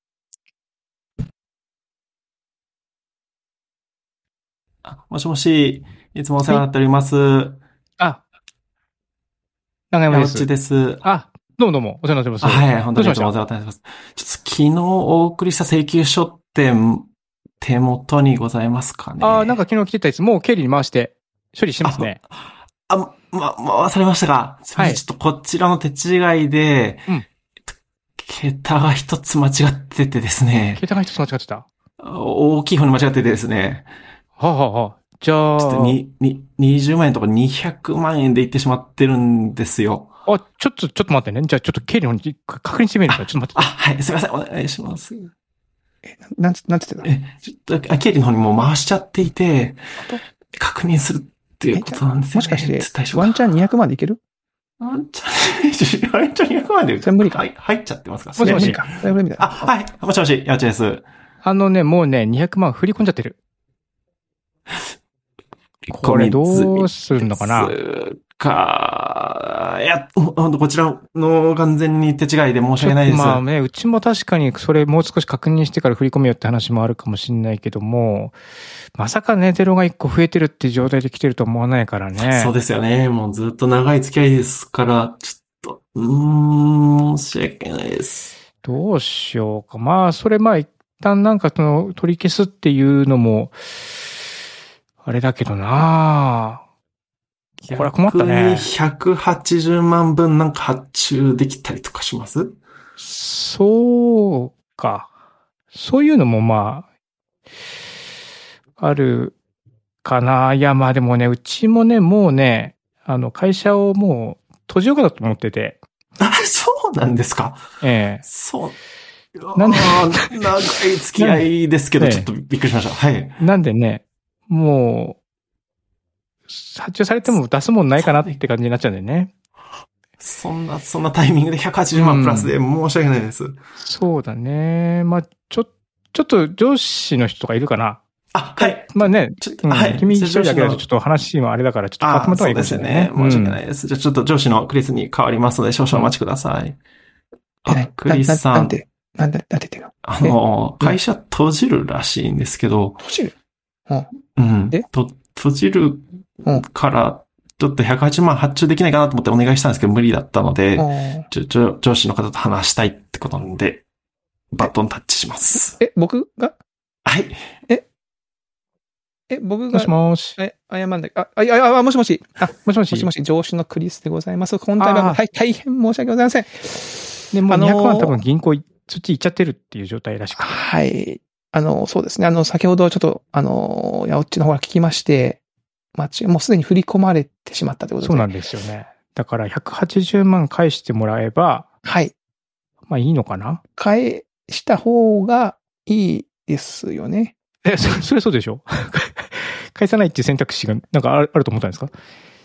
[SPEAKER 3] もしもし、いつもお世話になっております。
[SPEAKER 1] 長山です。
[SPEAKER 3] ヤオッチです。
[SPEAKER 1] どうも、お世話になってます。
[SPEAKER 3] はい、本当にいつもお世話になってます。ちょっと昨日お送りした請求書って手元にございますかね？
[SPEAKER 1] なんか昨日来てたやつ、もう経理に回して処理してますね。
[SPEAKER 3] 忘れましたか？すみません、ちょっとこちらの手違いで、桁が一つ間違っててですね。
[SPEAKER 1] 桁が一つ間違ってた？
[SPEAKER 3] 大きい方に間違っててですね。
[SPEAKER 1] じゃあ。ちょっと
[SPEAKER 3] 20万円とか200万円でいってしまってるんですよ。
[SPEAKER 1] ちょっと待ってね。じゃあちょっと経理の方に確認してみるから、ちょっと待って。
[SPEAKER 3] はい、すみません、お願いします。
[SPEAKER 2] なんつってた？
[SPEAKER 3] ちょっと、経理の方にもう回しちゃっていて、確認するっていうことなんですよね。
[SPEAKER 2] もしかして、ワンチャン200万でいける？
[SPEAKER 3] ワンチャン200万で
[SPEAKER 2] それ無理か。
[SPEAKER 3] 入っちゃってますか？
[SPEAKER 2] もしもし。それ無理だ。
[SPEAKER 3] はい。もしもし、やっちです。
[SPEAKER 1] もうね、200万振り込んじゃってる。これどうするのかな？
[SPEAKER 3] いや、ほんとこちらの完全に手違いで申し訳ないです。
[SPEAKER 1] まあね、うちも確かにそれもう少し確認してから振り込みよって話もあるかもしれないけども、まさかね、ゼロが1個増えてるっていう状態で来てると思わないからね。
[SPEAKER 3] そうですよね。もうずっと長い付き合いですから、ちょっと、申し訳ないです。
[SPEAKER 1] どうしようか。まあ、それまあ一旦なんかその取り消すっていうのも、あれだけどなこれは困ったね。
[SPEAKER 3] 180万分なんか発注できたりとかします？
[SPEAKER 1] そうか。そういうのもまあ、あるかな。いや、まあでもね、うちもね、もうね、会社をもう閉じようかなと思ってて。
[SPEAKER 3] あ、そうなんですか。
[SPEAKER 1] ええ。
[SPEAKER 3] そう。なんで長い付き合いですけど、ちょっとびっくりしました。はい。
[SPEAKER 1] なんでね、もう、発注されても出すもんないかなって感じになっちゃうんだよね。
[SPEAKER 3] そんなタイミングで180万プラスで申し訳ないです。
[SPEAKER 1] そうだね。まあ、ちょっと上司の人とかいるかな。
[SPEAKER 3] あ、はい。
[SPEAKER 1] まあね、
[SPEAKER 3] はい。
[SPEAKER 1] 君一人だけだとちょっと話もあれだから、ちょっとまとまった方がいいかもしれないね。
[SPEAKER 3] そうですね。申し訳ないです。じゃあちょっと上司のクリスに変わりますので、少々お待ちください。クリスさん。
[SPEAKER 2] なんて言ってる
[SPEAKER 3] の会社閉じるらしいんですけど。
[SPEAKER 2] 閉じる？
[SPEAKER 3] うん。閉じるから、ちょっと180万発注できないかなと思ってお願いしたんですけど、無理だったので、上司の方と話したいってことなんで、バトンタッチします。
[SPEAKER 2] 僕が？
[SPEAKER 3] はい。
[SPEAKER 2] 僕が、
[SPEAKER 1] もしもし。
[SPEAKER 2] 謝んだもしもし。もしもし、上司のクリスでございます。本体が、大変申し訳ございません。
[SPEAKER 1] で、もう200万多分銀行、そっち行っちゃってるっていう状態らしくて。
[SPEAKER 2] はい。そうですね。先ほどちょっと、やおっちの方から聞きまして、もうすでに振り込まれてしまったということで。
[SPEAKER 1] そうなんですよね。だから180万返してもらえば、
[SPEAKER 2] はい。
[SPEAKER 1] まあいいのかな？
[SPEAKER 2] 返した方がいいですよね。
[SPEAKER 1] それそうでしょ？返さないっていう選択肢がなんかあると思ったんですか？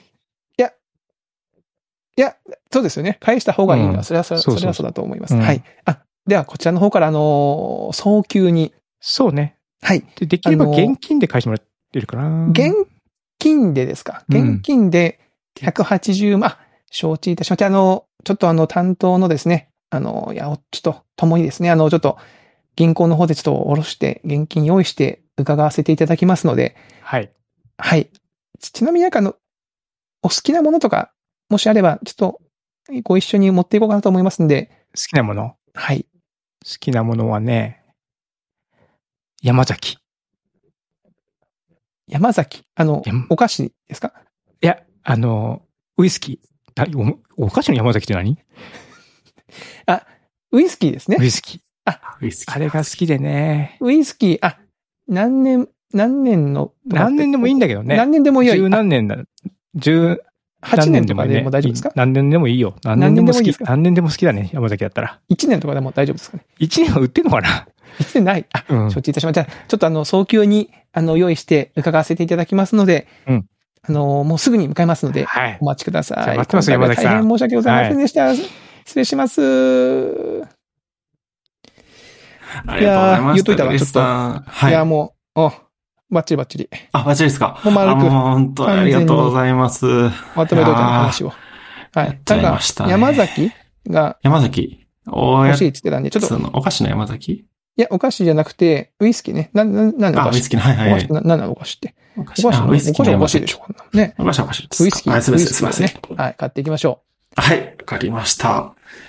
[SPEAKER 2] いや、そうですよね。返した方がいいのは、それはそうだと思います。はい。では、こちらの方から、早急に。
[SPEAKER 1] そうね。
[SPEAKER 2] はい。
[SPEAKER 1] できれば現金で返してもらってるかな。
[SPEAKER 2] 現金でですか？現金で180万、承知いたしました。ちょっと担当のですね、やおっちと共にですね、ちょっと、銀行の方でちょっと下ろして、現金用意して伺わせていただきますので。
[SPEAKER 1] はい。
[SPEAKER 2] はい。ちなみにお好きなものとか、もしあれば、ちょっと、ご一緒に持っていこうかなと思いますんで。
[SPEAKER 1] 好きなもの？
[SPEAKER 2] はい。
[SPEAKER 1] 好きなものはね、山崎。
[SPEAKER 2] 山崎。お菓子ですか？
[SPEAKER 1] いや、ウイスキー。お菓子の山崎って何？
[SPEAKER 2] ウイスキーですね。
[SPEAKER 1] ウイスキー。
[SPEAKER 3] ウイスキー。
[SPEAKER 1] あれが好きでね。
[SPEAKER 2] ウイスキー、何年の。
[SPEAKER 1] 何年でもいいんだけどね。
[SPEAKER 2] 何年でもいいよ。
[SPEAKER 1] 十何年だ。
[SPEAKER 2] 8年とかでも大丈夫ですか？
[SPEAKER 1] 何年でもいいよ。何年でも好き。何年でも好きだね、山崎だったら。
[SPEAKER 2] 1年とかでも大丈夫ですかね
[SPEAKER 1] ？1年は売ってんのかな
[SPEAKER 2] ？1年ない。承知いたしました。じゃあ、ちょっと早急に、用意して伺わせていただきますので、もうすぐに向かいますので、はい。お待ちください。
[SPEAKER 1] じゃあ待ってますよ、山崎さん。
[SPEAKER 2] 大変申し訳ございませんでした。失礼します。
[SPEAKER 3] ありがとうございます。
[SPEAKER 2] 言うといたわ、ちょっと。
[SPEAKER 3] はい。
[SPEAKER 2] いや、もう、バッチリバッチリ。
[SPEAKER 3] バッチリですか？
[SPEAKER 2] もう丸く。
[SPEAKER 3] 本当ありがとうございます。
[SPEAKER 2] まとめといた話を。はい。なんか、山崎が。
[SPEAKER 3] 山崎
[SPEAKER 2] 欲しいって言ってたんで、ちょっと。
[SPEAKER 3] お菓子の山崎？
[SPEAKER 2] いや、お菓子じゃなくて、ウイスキーね。なんでお菓子？
[SPEAKER 3] ウイスキーはいはい。
[SPEAKER 2] 何なのお菓子って。
[SPEAKER 3] お菓子は
[SPEAKER 2] ウイスキーのお菓子でしょ。ね。
[SPEAKER 3] お菓子はお菓子です。
[SPEAKER 2] ウイスキー。
[SPEAKER 3] すみません。
[SPEAKER 2] はい、買っていきましょ
[SPEAKER 3] う。はい、わかりました。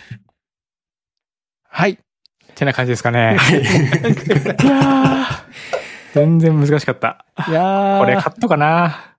[SPEAKER 2] はい。
[SPEAKER 1] ってな感じですかね。はい。いや全然難しかった。
[SPEAKER 2] いや
[SPEAKER 1] これカットかな。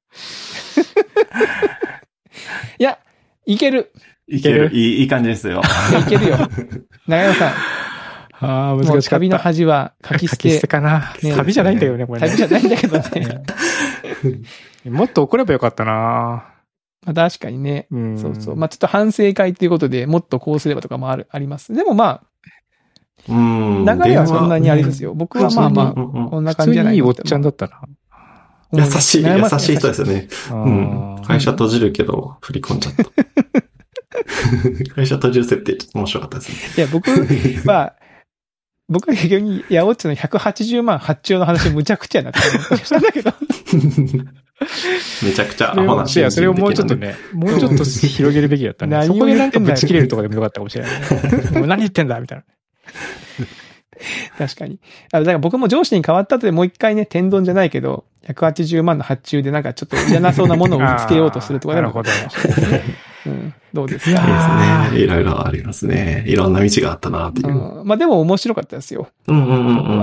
[SPEAKER 2] いや、いける。
[SPEAKER 3] いける。いい感じですよ。
[SPEAKER 2] いけるよ。長山さん。
[SPEAKER 1] 難しかった。
[SPEAKER 2] 旅の恥は書き捨て。
[SPEAKER 1] 書き捨てかな。旅じゃないんだよね、これね。
[SPEAKER 2] 旅じゃないんだけどね。
[SPEAKER 1] もっと怒ればよかったな。
[SPEAKER 2] 確かにね。そうそう。ちょっと反省会ということでもっとこうすればとかもあります。でも流れはそんなにあれですよ。僕はこんな感じじゃない。
[SPEAKER 1] 普通にいいおっちゃんだったな。
[SPEAKER 3] 優しい人ですよね。会社閉じるけど、振り込んじゃった。会社閉じる設定ちょっと面白かったですね。
[SPEAKER 2] いや、僕は逆に、ヤオッチの180万発注の話むちゃくちゃなって思ったんだけど。
[SPEAKER 3] めちゃくちゃアホなシーン。
[SPEAKER 1] いや、それをもうちょっとね、もうちょっと広げるべきだったね。そこでなんかぶち切れるとかでもよかったかもしれないね。もう何言ってんだみたいな。
[SPEAKER 2] 確かに。だから僕も上司に変わった後でもう一回ね、天丼じゃないけど、180万の発注でなんかちょっといらなそうなものを売りつけようとするとかでも。
[SPEAKER 1] なるほど。
[SPEAKER 2] うん、どうですか？
[SPEAKER 3] いいですね。いろいろありますね。いろんな道があったなっていう。
[SPEAKER 2] まあでも面白かったですよ。
[SPEAKER 3] うん。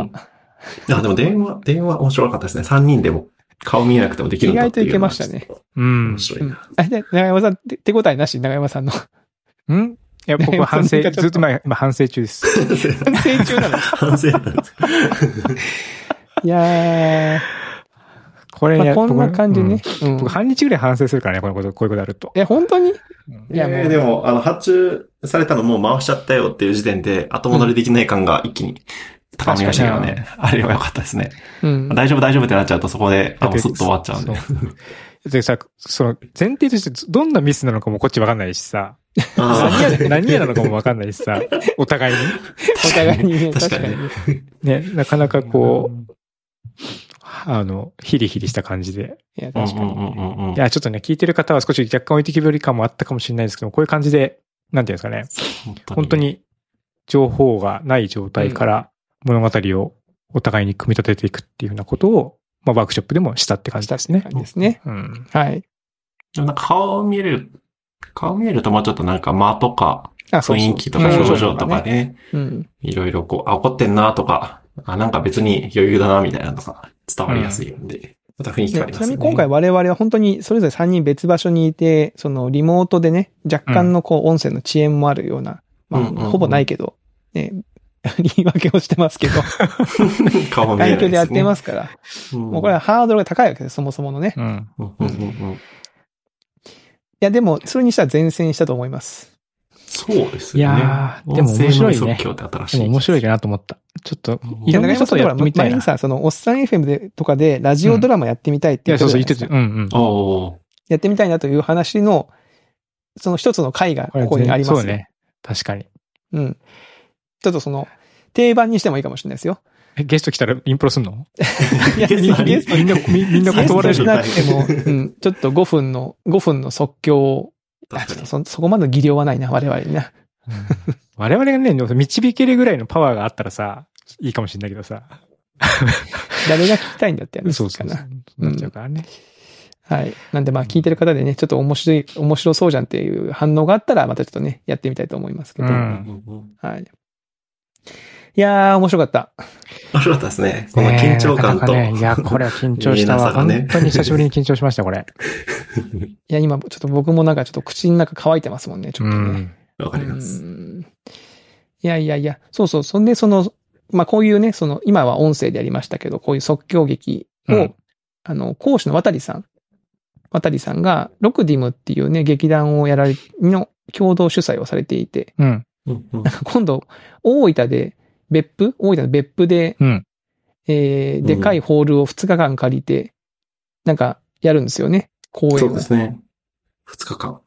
[SPEAKER 3] でも電話面白かったですね。3人でも顔見えなくてもできるんだっていう。
[SPEAKER 2] 意外といけましたね。
[SPEAKER 3] 面白いな。
[SPEAKER 2] で、長山さん、手応えなし、長山さんの。
[SPEAKER 1] いや、僕は反省、ずっと今反省中です。
[SPEAKER 2] 反省中なの？
[SPEAKER 3] 反省なんです。
[SPEAKER 2] いやー。
[SPEAKER 1] これね、
[SPEAKER 2] こんな感じね。
[SPEAKER 1] 僕半日ぐらい反省するからね、こういうことあると。
[SPEAKER 2] 本当に？い
[SPEAKER 3] や、でも、発注されたのもう回しちゃったよっていう時点で、後戻りできない感が一気に高まりましたけどね。あれは良かったですね。大丈夫ってなっちゃうとそこで、もうスッと終わっちゃうんで。
[SPEAKER 1] でさ、その前提としてどんなミスなのかもこっちわかんないしさ。何やなのかもわかんないしさ。お互いに。
[SPEAKER 2] お互いにね。
[SPEAKER 3] 確かに。
[SPEAKER 1] ね、なかなかこう、ヒリヒリした感じで。
[SPEAKER 2] いや、確かに。
[SPEAKER 1] いや、ちょっとね、聞いてる方は少し若干置いてきぼり感もあったかもしれないですけど、こういう感じで、なんていうんですかね。本当に情報がない状態から物語をお互いに組み立てていくっていうようなことを、まあ、ワークショップでもしたって感じですね。
[SPEAKER 2] ですね。はい。
[SPEAKER 3] なんか顔見えるともうちょっとなんか間とか、雰囲気とか表情とかね、いろいろこう、怒ってんなとか、なんか別に余裕だなみたいなのが伝わりやすいんで、また雰囲気がありますね。
[SPEAKER 2] ちなみに今回我々は本当にそれぞれ3人別場所にいて、そのリモートでね、若干のこう音声の遅延もあるような、まあ、ほぼないけど、ね、言い訳をしてますけど、
[SPEAKER 3] 顔見えないですね。
[SPEAKER 2] 環境でやってますから、もうこれはハードルが高いわけです、そもそものね。いや、でも、それにしたら前線したと思います。
[SPEAKER 3] そうですね。
[SPEAKER 1] いやー、でも面白いね。でも面白いかなと思った。ちょっと、いろんなことやってみたいな。
[SPEAKER 2] 前にさ、その、おっさん FM でとかで、ラジオドラマやってみたいって言ってたじゃないですか。やってみたいなという話の、その一つの回がここにあります。
[SPEAKER 1] そうね。確かに。
[SPEAKER 2] ちょっとその、定番にしてもいいかもしれないですよ。
[SPEAKER 1] ゲスト来たらインプロすんの？
[SPEAKER 2] いや、ゲストみんな断られる。なくても、ちょっと5分の即興を、そこまでの技量はないな、我々にな。
[SPEAKER 1] 我々がね、導けるぐらいのパワーがあったらさ、いいかもしれないけどさ。
[SPEAKER 2] 誰が聞きたいんだってやつかな。
[SPEAKER 1] なっちゃうからね。
[SPEAKER 2] はい。なんでまあ聞いてる方でね、ちょっと面白そうじゃんっていう反応があったら、またちょっとね、やってみたいと思いますけど。はい。いやー、面白かった。
[SPEAKER 3] 面白かったですね。この緊張感と。
[SPEAKER 1] いや、これは緊張したわ。本当に久しぶりに緊張しました、これ。
[SPEAKER 2] いや、今、ちょっと僕もなんかちょっと口の中乾いてますもんね、ちょっとね。
[SPEAKER 3] わかります。
[SPEAKER 2] いや、そう。そんで、まあ、こういうね、今は音声でやりましたけど、こういう即興劇を、講師の渡さんが、ロクディムっていうね、劇団をの共同主催をされていて、なんか今度、大分の別府で、でかいホールを2日間借りて、なんか、やるんですよね。公演を。
[SPEAKER 3] そうですね。2日間。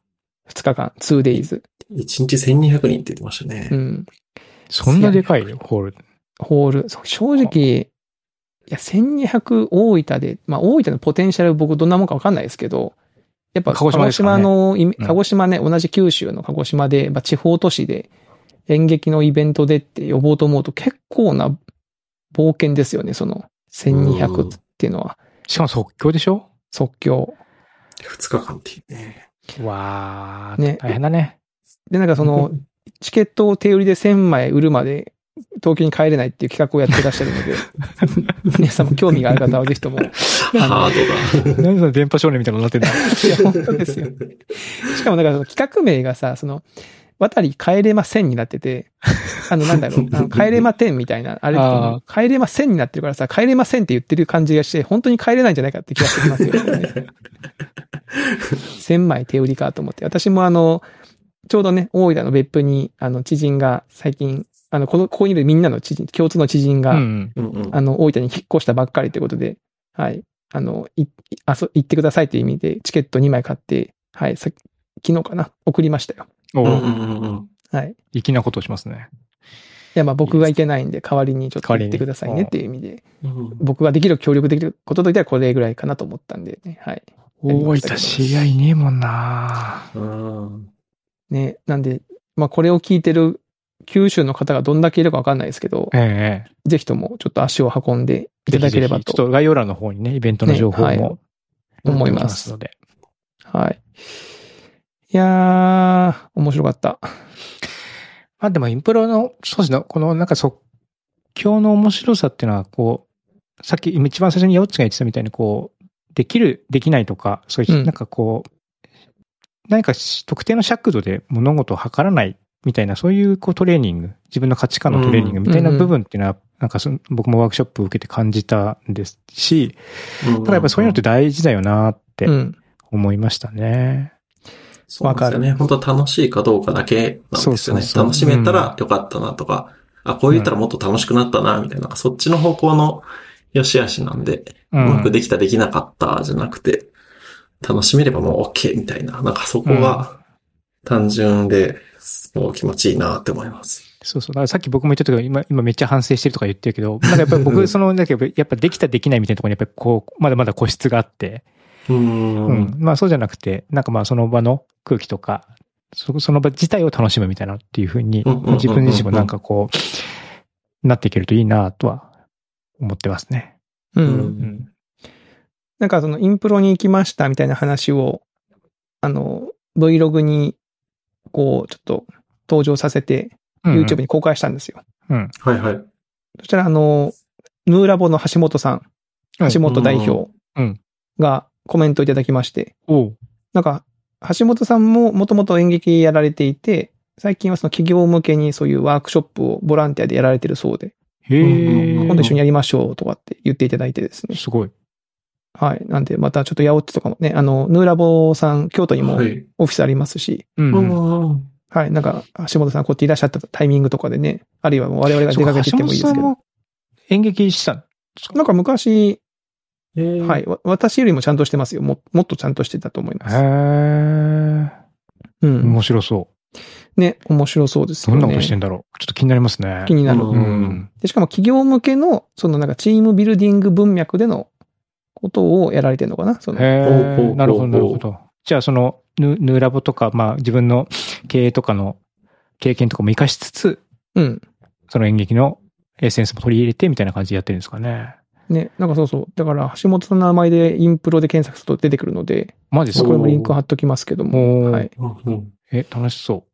[SPEAKER 2] 2days。
[SPEAKER 3] 1日1200人って言ってましたね。
[SPEAKER 1] そんなでかいホール。
[SPEAKER 2] 正直、いや、1200大分で、まあ大分のポテンシャル僕どんなもんかわかんないですけど、やっぱ鹿児島の、鹿児島ね、同じ九州の鹿児島で、まあ地方都市で演劇のイベントでって呼ぼうと思うと結構な冒険ですよね、その1200っていうのは。
[SPEAKER 1] しかも即興でしょ？
[SPEAKER 2] 即興。
[SPEAKER 3] 2日間っていうね。
[SPEAKER 1] わー。ね。大変だね。
[SPEAKER 2] で、なんかチケットを手売りで1000枚売るまで東京に帰れないっていう企画をやってらっしゃるので、皆さんも興味がある方はぜひとも。
[SPEAKER 3] ハードだ。
[SPEAKER 1] 何その電波少年みたいなのになってんだ。
[SPEAKER 2] いや、本当ですよ。しかもなんか企画名がさ、渡り帰れませんになってて、なんだろう、帰れまてんみたいな、あれ帰れませんになってるからさ、帰れませんって言ってる感じがして、本当に帰れないんじゃないかって気がしてきますよね。1000枚手売りかと思って。私もちょうどね、大分の別府に、知人が最近、ここにいるみんなの共通の知人が、大分に引っ越したばっかりということで、はい。行ってくださいという意味で、チケット2枚買って、はい、昨日かな、送りましたよ。
[SPEAKER 1] はい。粋なことをしますね。
[SPEAKER 2] や、まあ僕がいけないんで、代わりにちょっと言ってくださいねっていう意味で、僕が協力できることといったらこれぐらいかなと思ったんでね、はい。
[SPEAKER 1] 大分知り合いねえもんな
[SPEAKER 2] ね、なんで、まあこれを聞いてる九州の方がどんだけいるかわかんないですけど、ぜひともちょっと足を運んでいただければと。
[SPEAKER 1] ちょっと概要欄の方にね、イベントの情報も、はい、
[SPEAKER 2] 思いますので。はい。いやー、面白かった。
[SPEAKER 1] まあでもインプロの、そうですね、このなんか即興の面白さっていうのは、こう、さっき一番最初にヤオッチが言ってたみたいに、こう、できる、できないとか、そういう、なんかこう、何か特定の尺度で物事を測らないみたいな、そういうこうトレーニング、自分の価値観のトレーニングみたいな部分っていうのは、なんか僕もワークショップを受けて感じたんですし、だからやっぱそういうのって大事だよなって思いましたね。
[SPEAKER 3] そうなんですよね。本当楽しいかどうかだけなんですよね。楽しめたらよかったなとか、こう言ったらもっと楽しくなったな、みたいな、そっちの方向の良し悪しなんで、うまくできたできなかったじゃなくて、楽しめればもう OK みたいな、なんかそこが単純で、もう気持ちいいなって思います。
[SPEAKER 1] そうそう。だからさっき僕も言ったけど、今めっちゃ反省してるとか言ってるけど、なんかやっぱり僕、だけど、やっぱできたできないみたいなところにやっぱりこう、まだまだ個室があって、まあそうじゃなくて、なんかまあその場の空気とか、その場自体を楽しむみたいなっていうふうに、自分自身もなんかこう、なっていけるといいなとは思ってますね。
[SPEAKER 2] なんかそのインプロに行きましたみたいな話を、Vlog にこうちょっと登場させて、YouTube に公開したんですよ。
[SPEAKER 3] はいはい。
[SPEAKER 2] そしたらヌーラボの橋本さん、橋本代表がコメントいただきまして、なんか橋本さんももともと演劇やられていて、最近はその企業向けにそういうワークショップをボランティアでやられてるそうで、今度一緒にやりましょうとかって言っていただいてですね。
[SPEAKER 1] すごい。
[SPEAKER 2] はい。なんで、またちょっとヤオッチとかもね、ヌーラボさん、京都にもオフィスありますし、はい。なんか、橋本さんこっちいらっしゃったタイミングとかでね、あるいはもう我々が出かけていってもいいですけど。橋本さんも
[SPEAKER 1] 演劇した
[SPEAKER 2] なんか昔、はい。私よりもちゃんとしてますよ。もっとちゃんとしてたと思います。
[SPEAKER 1] 面白そう。
[SPEAKER 2] ね、面白そうですよね。
[SPEAKER 1] どんなことしてんだろう。ちょっと気になりますね。
[SPEAKER 2] 気になる。でしかも企業向けの、そのなんかチームビルディング文脈でのことをやられてるのかな。
[SPEAKER 1] なるほど、なるほど。じゃあその、ヌーラボとか、まあ自分の経営とかの経験とかも活かしつつ、その演劇のエッセンスも取り入れてみたいな感じでやってるんですかね。
[SPEAKER 2] ね、なんかそうそう。だから、橋本さんの名前でインプロで検索すると出てくるので、
[SPEAKER 1] マジですか？
[SPEAKER 2] これもリンク貼っときますけども。はい。
[SPEAKER 1] 楽しそう。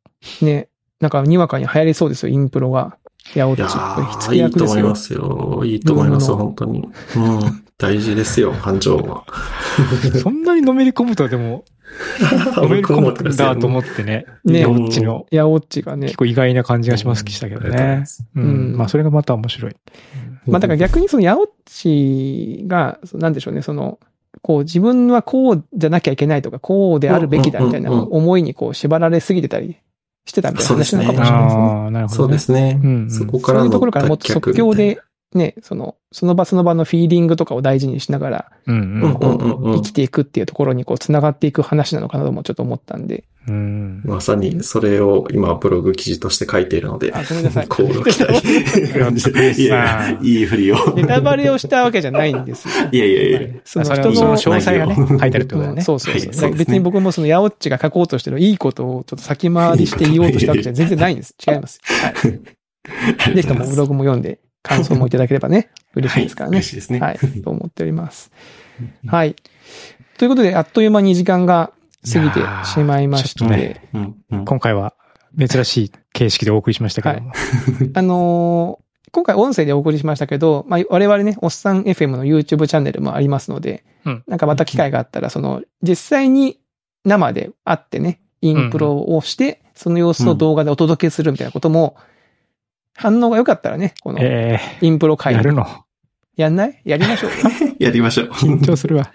[SPEAKER 2] ね、なんかにわかに流行りそうですよ、インプロが。ヤオッチ。
[SPEAKER 3] いやいいと思いますよ。いいと思います、本当に。大事ですよ、感情は。
[SPEAKER 1] そんなにのめり込むとはでも、のめり込むんだと思ってね。ヤオッチの。
[SPEAKER 2] ヤオッチがね。
[SPEAKER 1] 結構意外な感じがしますしたけどね。まあそれがまた面白い。
[SPEAKER 2] まあだから逆にそのヤオッチが、なんでしょうね、その、こう自分はこうじゃなきゃいけないとか、こうであるべきだみたいな思いにこう縛られすぎてたりしてたみたいな話なのかもしれないですね。
[SPEAKER 1] なるほど。
[SPEAKER 3] そうですね。そこからの
[SPEAKER 2] そういうところからもっと即興で、ね、その場その場のフィーリングとかを大事にしながら、生きていくっていうところにこう繋がっていく話なのかなともちょっと思ったんで。
[SPEAKER 3] まさにそれを今ブログ記事として書いているので、
[SPEAKER 2] ごめんなさい。
[SPEAKER 3] コード期待。いや、いいふりを。
[SPEAKER 2] ネタバレをしたわけじゃないんですよ。
[SPEAKER 3] いや。
[SPEAKER 2] その人の
[SPEAKER 1] 詳細がね、書いてあるってことだね。
[SPEAKER 2] そう。別に僕もそのヤオッチが書こうとしてるいいことをちょっと先回りして言おうとしたわけじゃ全然ないんです。違います。はい。ぜひともブログも読んで感想もいただければね、嬉しいですからね。
[SPEAKER 3] 嬉しいですね。
[SPEAKER 2] はい。と思っております。はい。ということで、あっという間に時間が過ぎてしまいまして、
[SPEAKER 1] 今回は珍しい形式でお送りしましたけど
[SPEAKER 2] も。今回音声でお送りしましたけど、まあ、我々ね、おっさん FM の YouTube チャンネルもありますので、なんかまた機会があったら、実際に生で会ってね、インプロをして、その様子を動画でお届けするみたいなことも、反応が良かったらね、この、インプロ会。
[SPEAKER 1] やるの？
[SPEAKER 2] やんない？やりましょう。
[SPEAKER 3] やりましょう。
[SPEAKER 1] 緊張するわ。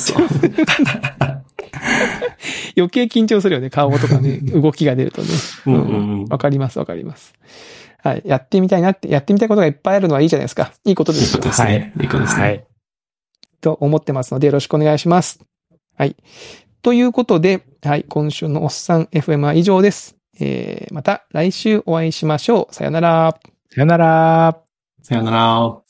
[SPEAKER 2] 余計緊張するよね、顔とかね、動きが出るとね。わかります。はい。やってみたいことがいっぱいあるのはいいじゃないですか。いいことですよ。
[SPEAKER 3] はい。いいことですね。はい。
[SPEAKER 2] と思ってますので、よろしくお願いします。はい。ということで、はい。今週のおっさん FM は以上です。また来週お会いしましょう。さよなら。
[SPEAKER 1] さよなら。
[SPEAKER 3] さよなら。